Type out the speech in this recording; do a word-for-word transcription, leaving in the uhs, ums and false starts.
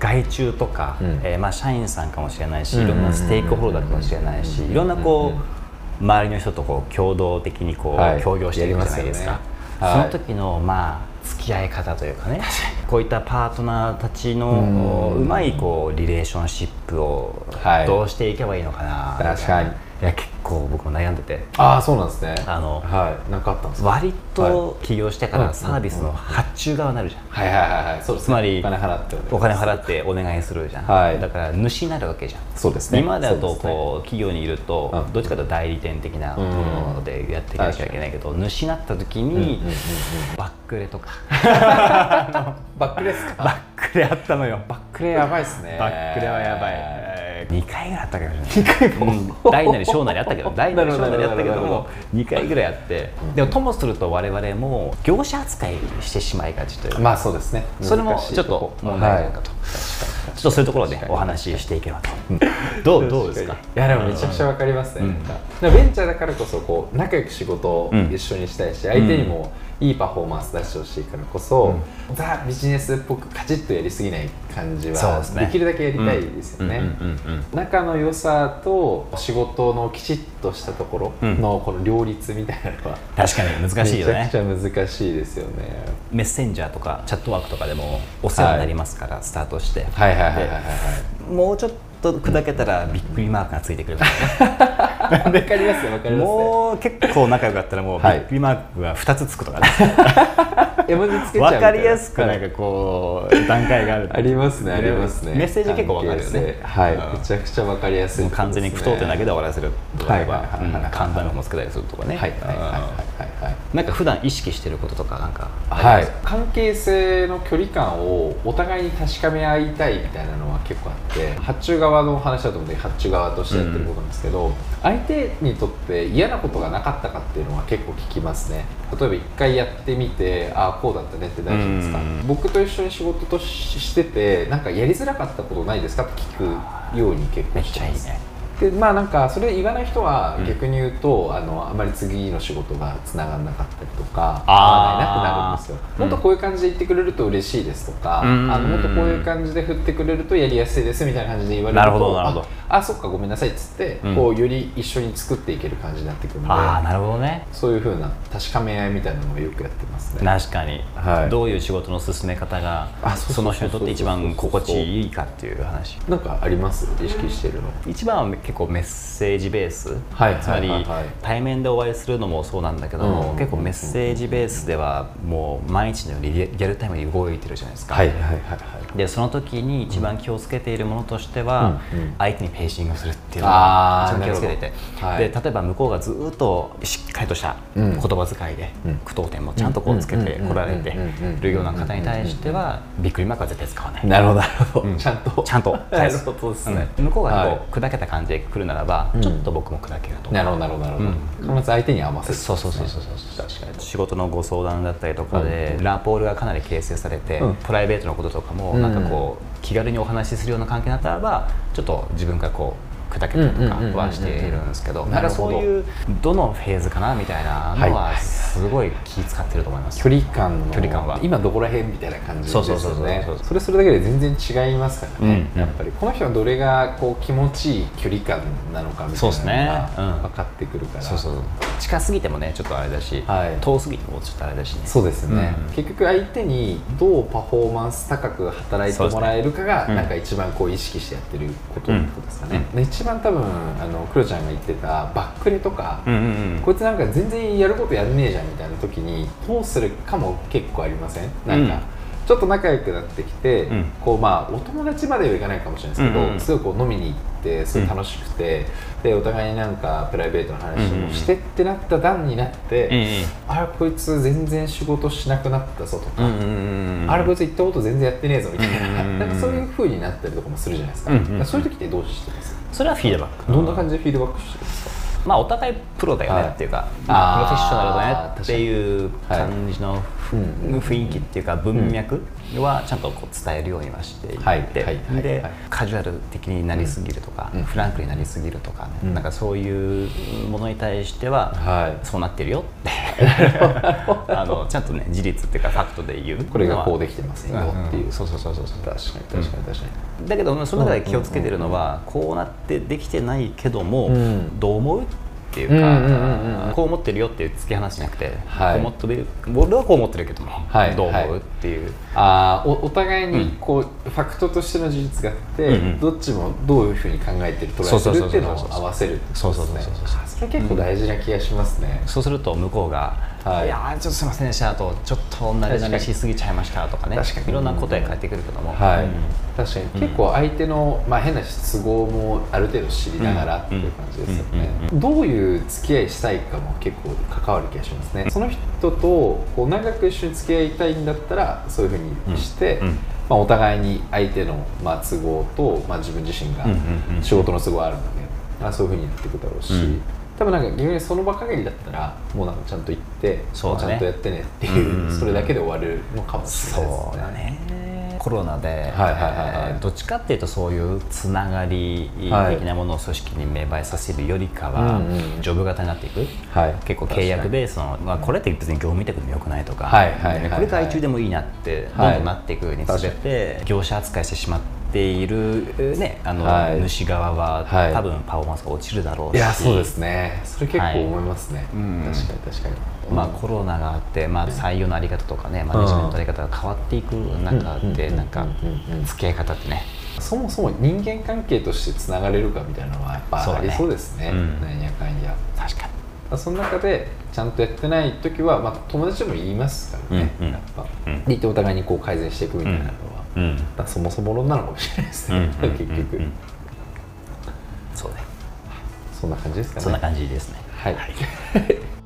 外注とか、うん、えー、まあ社員さんかもしれないし、いろんなステークホルダーかもしれないし、いろんなこう周りの人とこう共同的にこう、はい、協業しているじゃないですか。ね、はい、その時のまあ付き合い方というかね、こういったパートナーたちのうまいこうリレーションシップをどうしていけばいいのかな、はい、確かに。いや結構僕も悩んでて。 ああそうなんですね。 あの、 はい、なんかあったんですか。 割と起業してからサービスの発注側になるじゃん。 はいはいはいはい。そうですね。 つまりお金払ってお金払ってお願いするじゃん。はい、だから主になるわけじゃん。 そうですね。 今だとこう企業にいるとどっちかというと代理店的なものでやっていかなきゃいけないけど、主になった時にバックレとかバックレですか。 バックレあったのよ。 バックレやばいですね。 バックレはやばい。にかいぐらいあったけどね。にかいも大なり小なりあったけど、大なり小なりあったけどもにかいぐらいあって、でもともすると我々も業者扱いしてしまいがちというか、 まあそうですね。 それもちょっと問題ないかと。ちょっとそういうところでお話ししていければと。どうどうですか。いやでもめちゃくちゃわかりますね。ベンチャーだからこそこう仲良く仕事を一緒にしたいし、相手にもいいパフォーマンス出してほしいからこそ、うん、ザ・ビジネスっぽくカチッとやりすぎない感じは で,、ね、できるだけやりたいですよね。仲の良さと仕事のきちっとしたところのこの両立みたいなのは、 うん、確かに難しいよね。 めちゃくちゃ難しいですよね。 メッセンジャーとかチャットワークとかでもお世話になりますから、はい、スタートしてもうちょっと砕けたらびっくりマークがついてくるからわかりますよわかりますね。 もう結構仲良かったらもうびっくりマークがふたつつくとかね、 絵文字つけちゃうみたいな。 分かりやすくなんかこう段階がある。 ありますねありますね。 メッセージ結構分かるよね。 はい、めちゃくちゃ分かりやすい。 完全に句読点だけで終わらせるとか、簡単なもつけたりするとかね。なんか普段意識してることとかなんか、 はい、関係性の距離感をお互いに確かめ合いたいみたいなのは結構あって、発注側の話だと思って発注側としてやってることなんですけど、うん、相手にとって嫌なことがなかったかっていうのは結構聞きますね。例えば一回やってみて、ああこうだったねって大事ですか、うん、僕と一緒に仕事としててなんかやりづらかったことないですかって聞くように結構してます。めっちゃいいね。でまあなんかそれ言わない人は逆に言うと、うん、あのあまり次の仕事がつながらなかったりとか合わないなってなるんですよ。もっとこういう感じで言ってくれると嬉しいですとか、うん、あのもっとこういう感じで振ってくれるとやりやすいですみたいな感じで言われると、なるほどなるほど、ああそっかごめんなさいっつって、うん、こうより一緒に作っていける感じになってくるので、 あなるほどね、 そういう風な確かめ合いみたいなのをよくやってますね。 確かに、はい、どういう仕事の進め方がその人にとって一番心地いいかっていう話なんかあります？意識してるの。 一番は結構メッセージベース、つまり対面でお会いするのもそうなんだけども、うん、結構メッセージベースではもう毎日のようにリアルタイムに動いてるじゃないですか。はいはいはいはい。でその時に一番気をつけているものとしては、うん、相手にペーシングするっていうのが一番気をつけていて、はい、で例えば向こうがずっとしっかりとした言葉遣いで、うん、句読点もちゃんとこうつけてこられてるような方に対してはびっくりマークは絶対使わない。 なるほどなるほど、うん、ちゃんとちゃんと返す。 そうですね、 うん、向こうがこう、はい、砕けた感じで来るならば、うん、ちょっと僕も砕けると。 なるほどなるほどなるほど、うん、必ず相手に合わせる。 そうそうそうそうそう。確かに仕事のご相談だったりとかで、うん、ラポールがかなり形成されて、うん、プライベートのこととかもなんかこう、うん、気軽にお話しするような関係になったらばちょっと自分がこう砕けたりとかはしているんですけど、なんかそういうどのフェーズかなみたいなのはすごい気使ってると思います。 距離感の距離感は今どこら辺みたいな感じですよね。それそれだけで全然違いますからね、うん、やっぱりこの人はどれがこう気持ちいい距離感なのかみたいなのが分かってくるから、 そうそうそう、近すぎてもねちょっとあれだし、はい、遠すぎてもちょっとあれだしね。 そうですね、うん、結局相手にどうパフォーマンス高く働いてもらえるかが、ね、なんか一番こう意識してやってることですかね、うん、一番多分あのクロちゃんが言ってたバックレとか、うんうんうん、こいつなんか全然やることやんねえじゃんみたいな時にどうするかも結構ありません？なんか、うん、ちょっと仲良くなってきて、うん、こうまあお友達まではいかないかもしれないですけど、うんうん、すごいこう飲みに行ってすごい楽しくて、うん、でお互いになんかプライベートの話もしてってなった段になって、うんうん、あれこいつ全然仕事しなくなったぞとか、うんうんうん、あれこいつ言ったこと全然やってねえぞみたいな、うんうん、なんかそういう風になったりとかもするじゃないですか、うんうんうん、そういう時ってどうしてます？ それはフィードバック。 どんな感じでフィードバックしてるんですか？ まあお互いプロだよねっていうか、はい、プロフェッショナルだねっていう感じの雰囲気っていうか文脈はちゃんとこう伝えるようにはしていて、でカジュアル的になりすぎるとか、うん、フランクになりすぎるとか、うん、なんかそういうものに対しては、はい、そうなってるよってあのちゃんとね事実っていうかファクトで言うこれがこうできてますよっていう、うん、 そうそうそうそう確かに確かに確かに、 だけどその中で気をつけてるのは、こうなってできてないけども、うん、どう思うっていうか、こう思ってるよっていう突き放しじゃなくて、はい、こう思ってる俺はこう思ってるけども、はい、どう思う、はい、っていう、 あ お, お互いにこう、うん、ファクトとしての事実があって、うんうん、どっちもどういうふうに考えてる捉えてるっていうのを合わせるってことですね。それ結構大事な気がしますね、 うん、そうすると向こうが、はい、いやちょっとすいませんでしたと、ちょっと慣れ慣れしすぎちゃいましたとかね、確かにいろんな答え返ってくるけども、 はい、うん、確かに結構相手の、まあ、変な都合もある程度知りながらっていう感じですよね。どういう付き合いしたいかも結構関わる気がしますね。その人とこう長く一緒に付き合いたいんだったらそういうふうにして、うんうん、まあ、お互いに相手の、まあ、都合と、まあ、自分自身が仕事の都合があるので、まあ、そういうふうにやっていくだろうし、うん、多分なんか逆にその場限りだったらもうなんかちゃんと言って、そうだね、ちゃんとやってねっていう、うんうんうん、それだけで終わるのかもしれないですね。そうだね。コロナでどっちかっていうとそういうつながり的なものを組織に芽生えさせるよりかは、はい、ジョブ型になっていく、はい、結構契約ベースの、まあ、これって別に業務委託でもよくないとか、はいはいはいはい、これ外注でもいいなってどんどんなっていくにつれて、はい、業者扱いしてしまっている、ね、あの、はい、主側は、はい、多分パフォーマンスが落ちるだろうし、いやそうですね、それ結構思いますね、はい、うん、確かに確かに、まあ、コロナがあって、まあ、採用のあり方とかね、マネジメントのあり方が変わっていく中で、なんか付き合い方ってね、そもそも人間関係としてつながれるかみたいなのはやっぱありそうですね、なんやかんや。確かに。その中でちゃんとやってない時は、まあ、友達でも言いますからね、うんうん、やっぱ、うん、言ってお互いにこう改善していくみたいなのは、うんうん、だそもそも論なのかもしれないですね、うん、結局、うんうん、そうね、そんな感じですかね。そんな感じですね。はい、はい